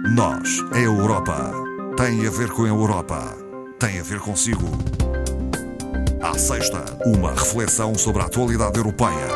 Nós, a Europa, tem a ver com a Europa, tem a ver consigo. À sexta, uma reflexão sobre a atualidade europeia.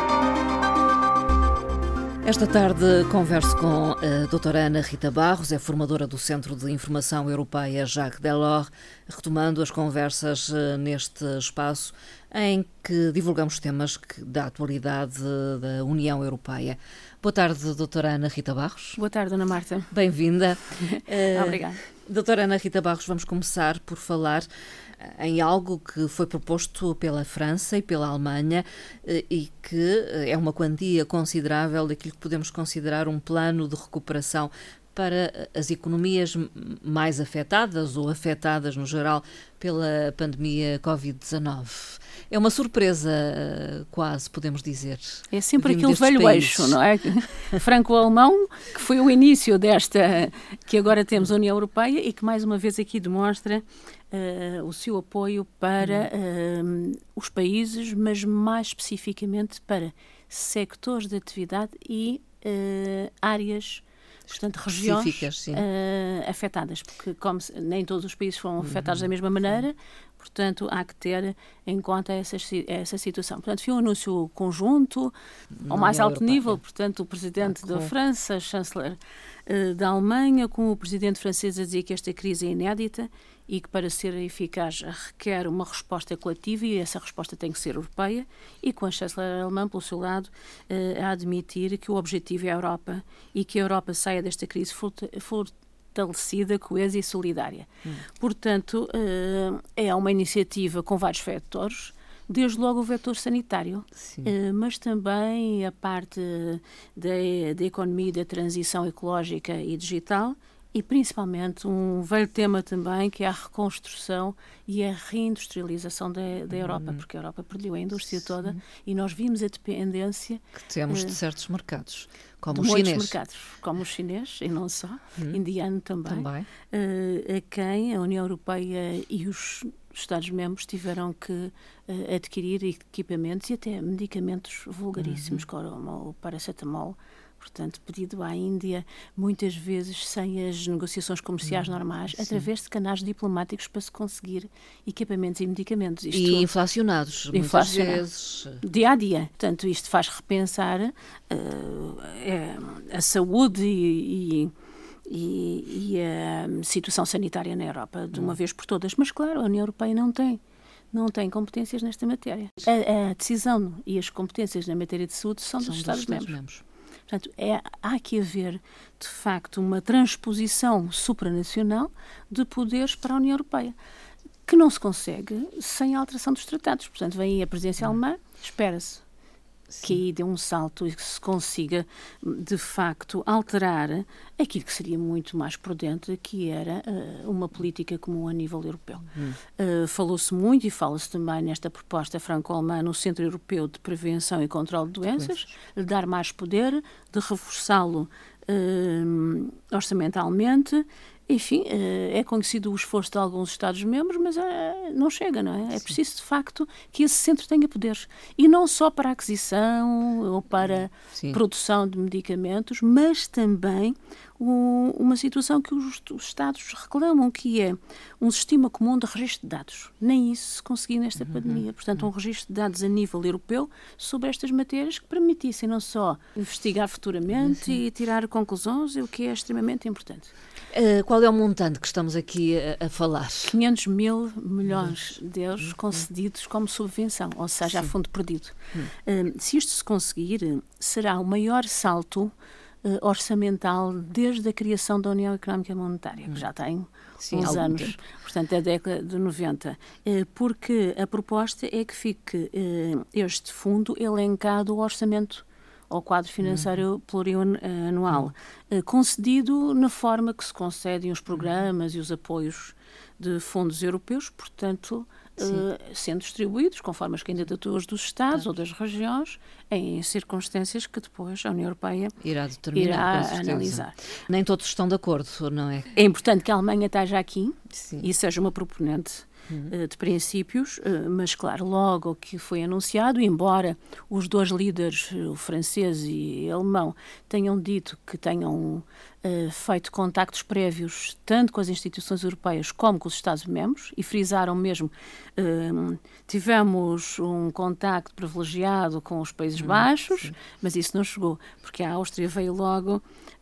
Esta tarde converso com a doutora Ana Rita Barros, é formadora do Centro de Informação Europeia Jacques Delors, retomando as conversas neste espaço em que divulgamos temas da atualidade da União Europeia. Boa tarde, doutora Ana Rita Barros. Boa tarde, Ana Marta. Bem-vinda. Obrigada. Doutora Ana Rita Barros, vamos começar por falar em algo que foi proposto pela França e pela Alemanha e que é uma quantia considerável daquilo que podemos considerar um plano de recuperação para as economias mais afetadas ou afetadas no geral pela pandemia Covid-19. É uma surpresa, quase, podemos dizer. É sempre aquele velho eixo, não é? Franco-alemão, que foi o início desta, que agora temos a União Europeia e que mais uma vez aqui demonstra o seu apoio para os países, mas mais especificamente para sectores de atividade e áreas, portanto, regiões afetadas, porque como nem todos os países foram afetados da mesma maneira, portanto, há que ter em conta essa situação. Portanto, foi um anúncio conjunto, ao mais alto nível, portanto, o Presidente da França, a Chanceler da Alemanha, com o Presidente francês a dizer que esta crise é inédita e que para ser eficaz requer uma resposta coletiva e essa resposta tem que ser europeia, e com a Chanceler alemã, pelo seu lado, a admitir que o objetivo é a Europa e que a Europa saia desta crise fortalecida, coesa e solidária. Portanto, é uma iniciativa com vários vetores, desde logo o vetor sanitário, mas também a parte da economia, da transição ecológica e digital, e principalmente um velho tema também, que é a reconstrução e a reindustrialização da Europa, porque a Europa perdeu a indústria toda e nós vimos a dependência que temos de certos mercados, como o chinês. Muitos mercados, como o chinês, e não só, indiano também. A quem a União Europeia e os Estados-membros tiveram que adquirir equipamentos e até medicamentos vulgaríssimos, como o paracetamol, portanto, pedido à Índia, muitas vezes sem as negociações comerciais normais, através de canais diplomáticos para se conseguir equipamentos e medicamentos. E inflacionados, muitas vezes. Dia a dia. Portanto, isto faz repensar a saúde e a situação sanitária na Europa, de uma vez por todas. Mas, claro, a União Europeia não tem competências nesta matéria. A decisão e as competências na matéria de saúde são dos Estados-membros. Portanto, há que haver, de facto, uma transposição supranacional de poderes para a União Europeia, que não se consegue sem a alteração dos tratados. Portanto, vem aí a presidência alemã, espera-se que aí dê um salto e que se consiga, de facto, alterar aquilo que seria muito mais prudente, que era uma política comum a nível europeu. Falou-se muito e fala-se também nesta proposta franco-alemã no Centro Europeu de Prevenção e Controlo de Doenças, de dar mais poder, de reforçá-lo orçamentalmente. Enfim, é conhecido o esforço de alguns Estados-membros, mas não chega, não é? É preciso, de facto, que esse centro tenha poderes. E não só para a aquisição ou para produção de medicamentos, mas também uma situação que os Estados reclamam, que é um sistema comum de registro de dados. Nem isso se conseguiu nesta pandemia. Portanto, um registro de dados a nível europeu sobre estas matérias que permitissem não só investigar futuramente e tirar conclusões, o que é extremamente importante. Qual é o montante que estamos aqui a falar? 500 mil milhões de euros concedidos como subvenção, ou seja, a fundo perdido. Se isto se conseguir, será o maior salto orçamental desde a criação da União Económica e Monetária, que já tem uns anos, tempo. Portanto, é a década de 90, porque a proposta é que fique este fundo elencado ao orçamento, ao quadro financeiro plurianual, concedido na forma que se concedem os programas e os apoios de fundos europeus, portanto, sendo distribuídos conforme as candidaturas dos Estados ou das regiões, em circunstâncias que depois a União Europeia irá analisar. Nem todos estão de acordo, não é? É importante que a Alemanha esteja aqui e seja uma proponente de princípios, mas claro, logo que foi anunciado, embora os dois líderes, o francês e o alemão, tenham dito que tenham feito contactos prévios tanto com as instituições europeias como com os Estados-membros, e frisaram mesmo, tivemos um contacto privilegiado com os Países Baixos, mas isso não chegou, porque a Áustria veio logo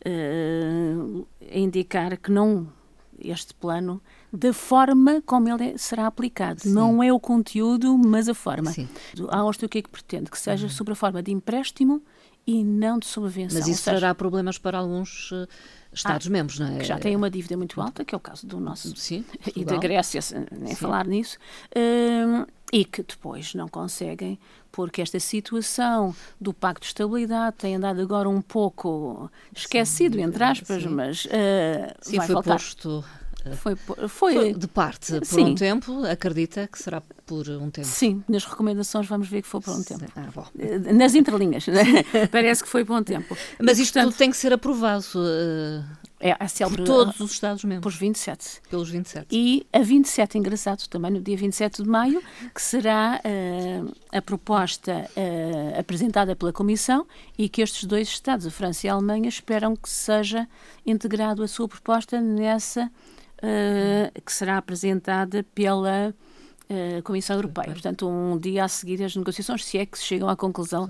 a indicar que não, este plano, da forma como ele será aplicado. Sim. Não é o conteúdo, mas a forma. Sim. A Áustria o que é que pretende? Que seja sob a forma de empréstimo e não de subvenção. Mas isso trará problemas para alguns Estados-membros, não é? Que já têm uma dívida muito alta, que é o caso do nosso. Sim, e da Grécia, nem falar nisso. E que depois não conseguem, porque esta situação do Pacto de Estabilidade tem andado agora um pouco esquecido, entre aspas, mas vai foi voltar. Posto... Foi de parte por um tempo, acredita que será por um tempo? Sim, nas recomendações vamos ver que foi por um tempo. Bom. Nas entrelinhas, parece que foi por um tempo. Mas isto tudo tem que ser aprovado por todos os Estados-membros. Pelos 27. Pelos 27. E a 27, engraçado, também no dia 27 de maio, que será a proposta apresentada pela Comissão, e que estes dois Estados, a França e a Alemanha, esperam que seja integrado a sua proposta nessa que será apresentada pela Comissão Europeia. Portanto, um dia a seguir as negociações, se é que se chegam à conclusão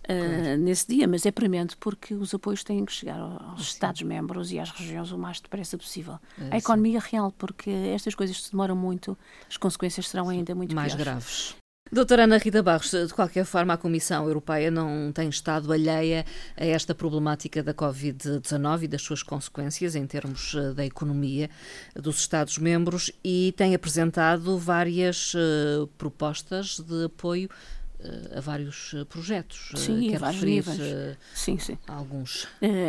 nesse dia, mas é premente, porque os apoios têm que chegar aos Estados-membros e às regiões o mais depressa possível. A economia real, porque estas coisas se demoram muito, as consequências serão ainda muito mais piores. Graves. Doutora Ana Rita Barros, de qualquer forma, a Comissão Europeia não tem estado alheia a esta problemática da Covid-19 e das suas consequências em termos da economia dos Estados-membros, e tem apresentado várias propostas de apoio a vários projetos. Sim, a vários níveis. Sim. Alguns.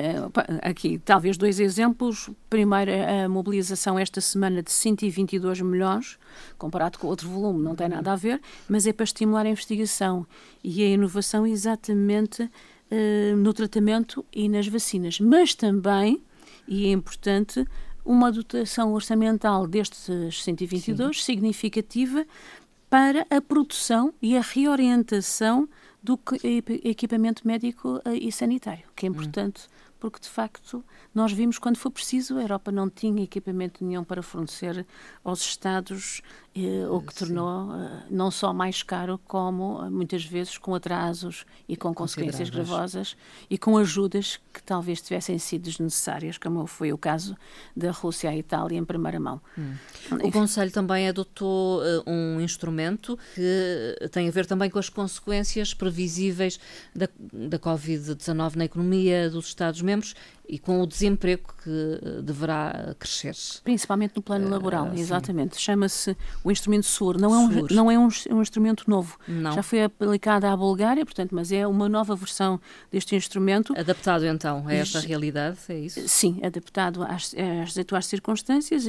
Aqui, talvez dois exemplos. Primeiro, a mobilização esta semana de 122 milhões, comparado com outro volume, não tem nada a ver, mas é para estimular a investigação e a inovação exatamente no tratamento e nas vacinas. Mas também, e é importante, uma dotação orçamental destes 122 significativa para a produção e a reorientação do equipamento médico e sanitário, que é importante, porque, de facto, nós vimos quando foi preciso, a Europa não tinha equipamento nenhum para fornecer aos Estados, o que tornou não só mais caro, como muitas vezes com atrasos e com consequências gravosas e com ajudas que talvez tivessem sido desnecessárias, como foi o caso da Rússia à Itália em primeira mão. O Conselho também adotou um instrumento que tem a ver também com as consequências previsíveis da Covid-19 na economia dos Estados-membros e com o desemprego que deverá crescer. Principalmente no plano laboral, exatamente. Chama-se o instrumento SUR. Não é um instrumento novo. Não. Já foi aplicado à Bulgária, portanto, mas é uma nova versão deste instrumento. Adaptado, então, a esta realidade, é isso? Sim, adaptado às atuais circunstâncias.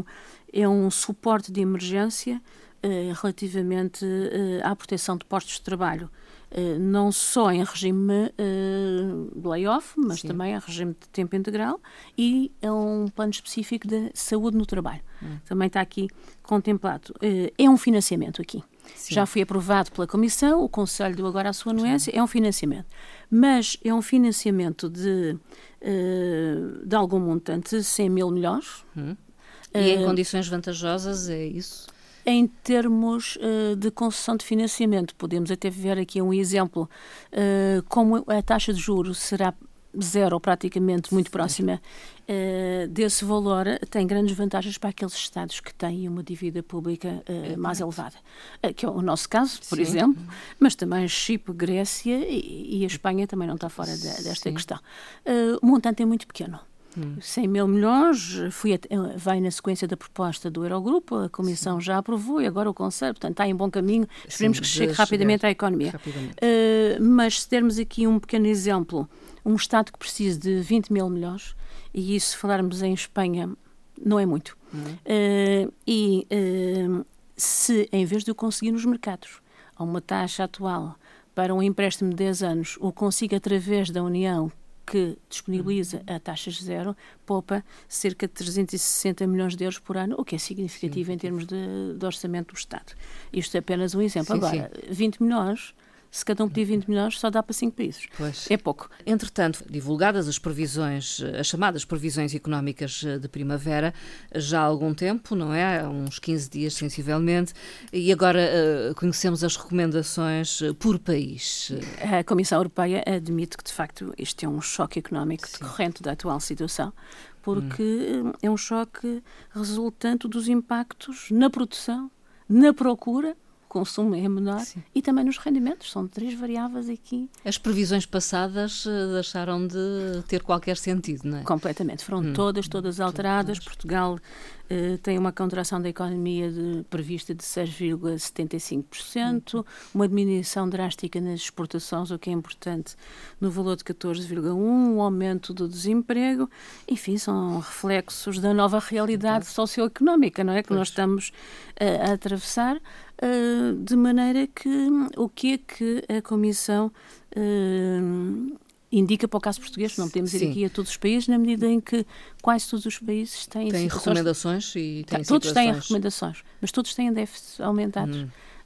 É um suporte de emergência relativamente à proteção de postos de trabalho. Não só em regime de layoff, mas também em regime de tempo integral, e é um plano específico de saúde no trabalho. Também está aqui contemplado. É um financiamento aqui. Sim. Já foi aprovado pela Comissão, o Conselho deu agora a sua anuência, é um financiamento. Mas é um financiamento de algum montante, 100 mil milhões. E em condições vantajosas, é isso? Em termos de concessão de financiamento, podemos até ver aqui um exemplo, como a taxa de juros será zero, praticamente muito próxima desse valor, tem grandes vantagens para aqueles Estados que têm uma dívida pública mais elevada, que é o nosso caso, por exemplo, mas também Chipre, Grécia e a Espanha também não está fora desta questão. O montante é muito pequeno. 100 mil milhões, vai na sequência da proposta do Eurogrupo, a Comissão já aprovou e agora o Conselho, portanto está em bom caminho, esperemos que chegue rapidamente à economia. Mas se dermos aqui um pequeno exemplo, um Estado que precisa de 20 mil milhões, e isso, se falarmos em Espanha, não é muito. Se em vez de o conseguir nos mercados, a uma taxa atual para um empréstimo de 10 anos, o consiga através da União, que disponibiliza a taxas zero, poupa cerca de 360 milhões de euros por ano, o que é significativo em termos de orçamento do Estado. Isto é apenas um exemplo. Agora, 20 milhões... Se cada um pedir 20 milhões, só dá para 5 países. Pois. É pouco. Entretanto, divulgadas as previsões, as chamadas previsões económicas de primavera, já há algum tempo, não é? Há uns 15 dias, sensivelmente, e agora conhecemos as recomendações por país. A Comissão Europeia admite que, de facto, este é um choque económico decorrente da atual situação, porque é um choque resultante dos impactos na produção, na procura, o consumo é menor, e também nos rendimentos. São 3 variáveis aqui. As previsões passadas deixaram de ter qualquer sentido, não é? Completamente. Foram todas alteradas. Portugal tem uma contração da economia prevista de 6,75%, uma diminuição drástica nas exportações, o que é importante, no valor de 14,1%, um aumento do desemprego. Enfim, são reflexos da nova realidade socioeconómica, não é? Que nós estamos a atravessar. De maneira que o que é que a Comissão indica para o caso português? Não podemos ir aqui a todos os países, na medida em que quase todos os países têm recomendações e têm todos têm recomendações, mas todos têm déficits aumentados.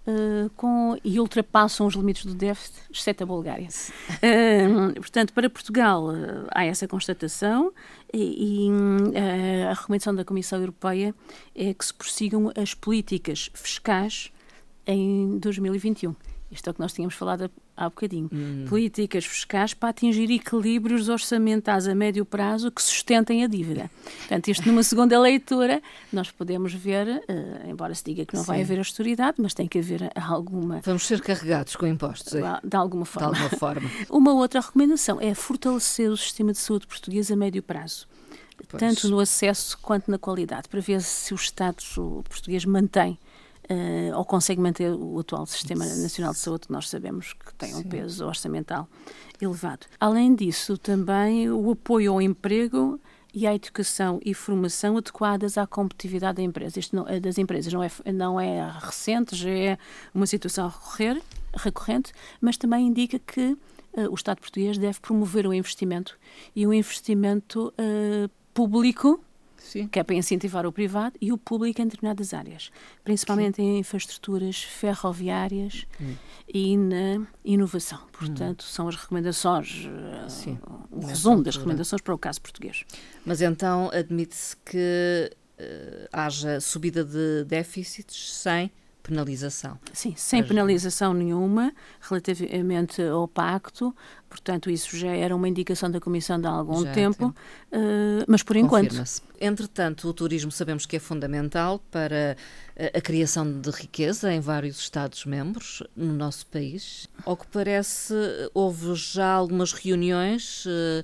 E ultrapassam os limites do déficit, exceto a Bulgária. Portanto, para Portugal há essa constatação e a recomendação da Comissão Europeia é que se prossigam as políticas fiscais em 2021. Isto é o que nós tínhamos falado há bocadinho. Políticas fiscais para atingir equilíbrios orçamentais a médio prazo que sustentem a dívida. Portanto, isto numa segunda leitura, nós podemos ver, embora se diga que não vai haver austeridade, mas tem que haver alguma... Vamos ser carregados com impostos, de alguma forma. De alguma forma. Uma outra recomendação é fortalecer o sistema de saúde português a médio prazo. Tanto no acesso quanto na qualidade, para ver se o Estado português mantém ou consegue manter o atual Sistema Nacional de Saúde, que nós sabemos que tem um peso orçamental elevado. Além disso, também o apoio ao emprego e à educação e formação adequadas à competitividade da empresa. Isto das empresas não é recente, já é uma situação recorrente, mas também indica que o Estado português deve promover o investimento e o investimento público, que é para incentivar o privado, e o público em determinadas áreas, principalmente em infraestruturas ferroviárias e na inovação. Portanto, são as recomendações, um resumo das recomendações para o caso português. Mas então admite-se que haja subida de déficits sem penalização. Sim, sem penalização nenhuma relativamente ao pacto. Portanto, isso já era uma indicação da Comissão de há algum tempo, mas por enquanto... Entretanto, o turismo sabemos que é fundamental para a criação de riqueza em vários Estados-membros no nosso país. Ao que parece, houve já algumas reuniões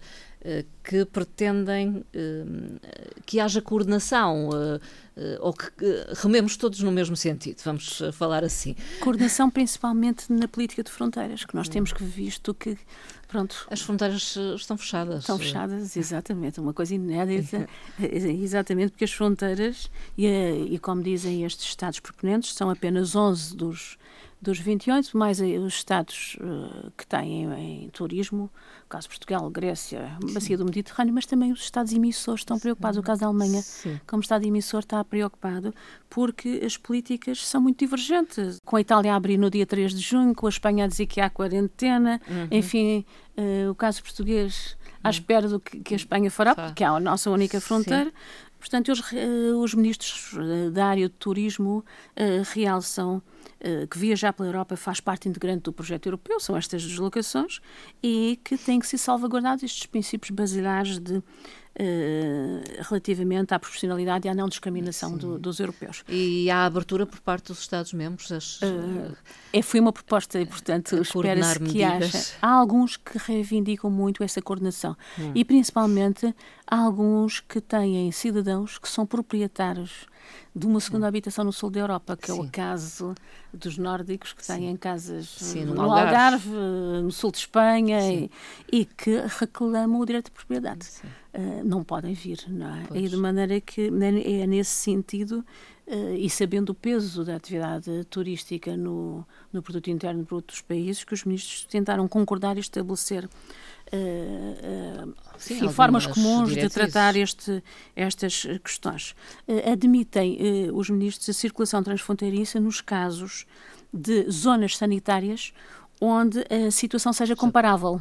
que pretendem que haja coordenação ou que rememos todos no mesmo sentido, vamos falar assim. Coordenação principalmente na política de fronteiras, que nós temos que visto que, pronto... As fronteiras estão fechadas. Estão fechadas, exatamente, uma coisa inédita, exatamente porque as fronteiras, e como dizem estes Estados proponentes, são apenas 11 dos 28, mais os Estados que têm em turismo, o caso de Portugal, Grécia, Bacia do Mediterrâneo, mas também os Estados emissores estão preocupados. O caso da Alemanha, como Estado emissor, está preocupado porque as políticas são muito divergentes. Com a Itália a abrir no dia 3 de junho, com a Espanha a dizer que há quarentena, enfim, o caso português à espera do que a Espanha fará, porque é a nossa única fronteira. Portanto, os ministros da área de turismo realçam que viajar pela Europa faz parte integrante do projeto europeu, são estas deslocações, e que têm que ser salvaguardados estes princípios basilares relativamente à proporcionalidade e à não discriminação dos europeus. E há abertura por parte dos Estados-membros? Foi uma proposta e, portanto, espera-se que haja. Há alguns que reivindicam muito essa coordenação e, principalmente, há alguns que têm cidadãos que são proprietários de uma segunda habitação no sul da Europa, que é o caso dos nórdicos, que têm casas no Algarve, no sul de Espanha, e que reclamam o direito de propriedade. Não podem vir, não é? E de maneira que é nesse sentido, e sabendo o peso da atividade turística no produto interno bruto dos países, que os ministros tentaram concordar e estabelecer sim, formas comuns de tratar estas questões. Admitem os ministros a circulação transfronteiriça nos casos de zonas sanitárias onde a situação seja comparável.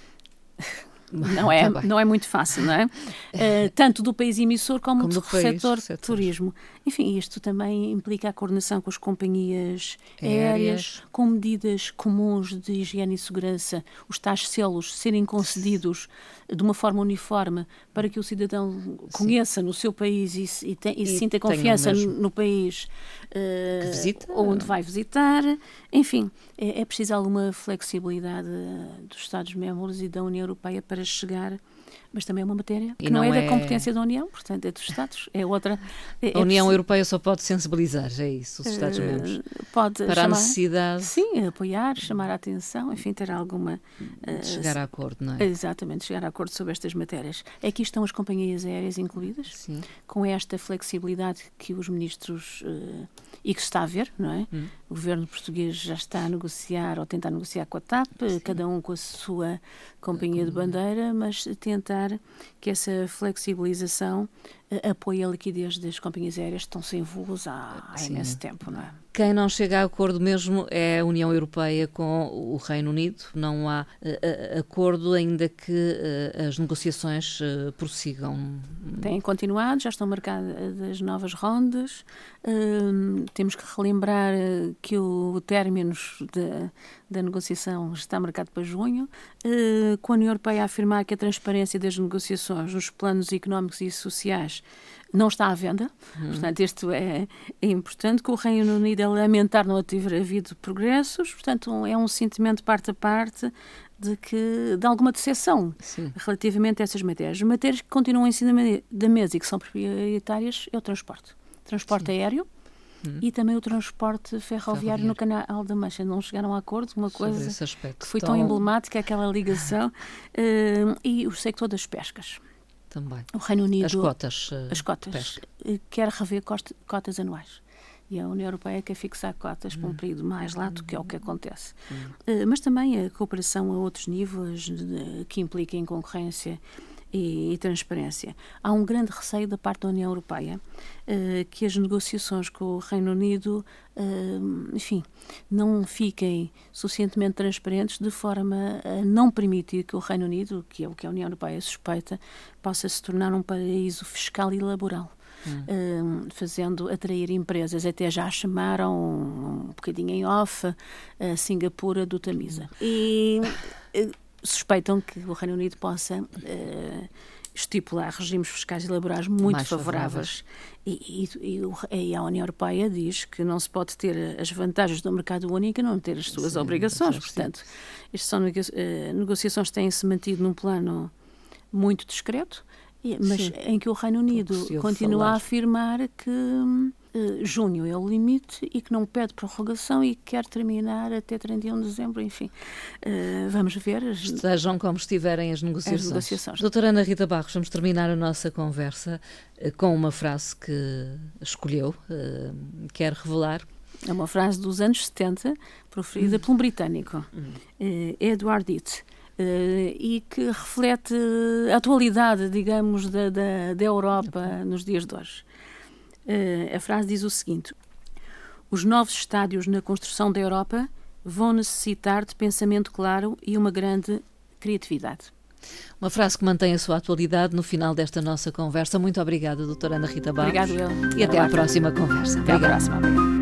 Não é muito fácil, não é? Tanto do país emissor como do setor turismo. Enfim, isto também implica a coordenação com as companhias aéreas, com medidas comuns de higiene e segurança, os tais selos serem concedidos de uma forma uniforme para que o cidadão conheça no seu país e sinta confiança no país que visita, onde vai visitar. Enfim, é preciso alguma flexibilidade dos Estados-membros e da União Europeia para chegar, mas também é uma matéria que não é da competência da União, portanto é dos Estados, é outra... A União Europeia só pode sensibilizar, é isso, os Estados-membros? Pode para a necessidade... Sim, apoiar, chamar a atenção, enfim, ter alguma... chegar a acordo, não é? Exatamente, chegar a acordo sobre estas matérias. Aqui estão as companhias aéreas incluídas, sim, com esta flexibilidade que os ministros... e que se está a ver, não é? O governo português já está a negociar ou tentar negociar com a TAP, sim, cada um com a sua companhia de bandeira, mas tentar que essa flexibilização apoie a liquidez das companhias aéreas que estão sem voos há imenso tempo, não é? Quem não chega a acordo mesmo é a União Europeia com o Reino Unido. Não há acordo ainda que as negociações prossigam. Têm continuado, já estão marcadas as novas rondas. Temos que relembrar que o término da negociação está marcado para junho, com a União Europeia a afirmar que a transparência das negociações nos planos económicos e sociais não está à venda. Portanto, isto é importante, que o Reino Unido a lamentar não ter havido progressos. Portanto, é um sentimento parte a parte de alguma decepção, sim, relativamente a essas matérias. Matérias que continuam em cima da mesa e que são prioritárias é o transporte. Transporte, sim, aéreo, e também o transporte ferroviário no Canal da Mancha. Não chegaram a acordo, uma coisa que foi tão emblemática, aquela ligação, e o sector das pescas. Também. O Reino Unido... As cotas quer rever cotas anuais. E a União Europeia quer fixar cotas para um período mais lato, que é o que acontece. Mas também a cooperação a outros níveis que impliquem concorrência e transparência. Há um grande receio da parte da União Europeia que as negociações com o Reino Unido, enfim, não fiquem suficientemente transparentes de forma a não permitir que o Reino Unido, que é o que a União Europeia suspeita, possa se tornar um paraíso fiscal e laboral. Fazendo atrair empresas, até já chamaram um bocadinho em off a Singapura do Tamisa. E suspeitam que o Reino Unido possa estipular regimes fiscais e laborais muito mais favoráveis. E a União Europeia diz que não se pode ter as vantagens do mercado único e não ter as suas obrigações. Portanto, estas são negociações que têm-se mantido num plano muito discreto, mas sim, em que o Reino Unido continua a afirmar que junho é o limite e que não pede prorrogação e quer terminar até 31 de dezembro, enfim. Vamos ver. Estejam como estiverem as negociações. Doutora Ana Rita Barros, vamos terminar a nossa conversa com uma frase que escolheu, quer revelar? É uma frase dos anos 70, proferida por um britânico, Edward Heath. E que reflete a atualidade, digamos, da Europa nos dias de hoje. A frase diz o seguinte: os novos estádios na construção da Europa vão necessitar de pensamento claro e uma grande criatividade. Uma frase que mantém a sua atualidade no final desta nossa conversa. Muito obrigada, doutora Ana Rita Barros. Obrigada, eu. E até à próxima conversa. Até à próxima. Obrigada.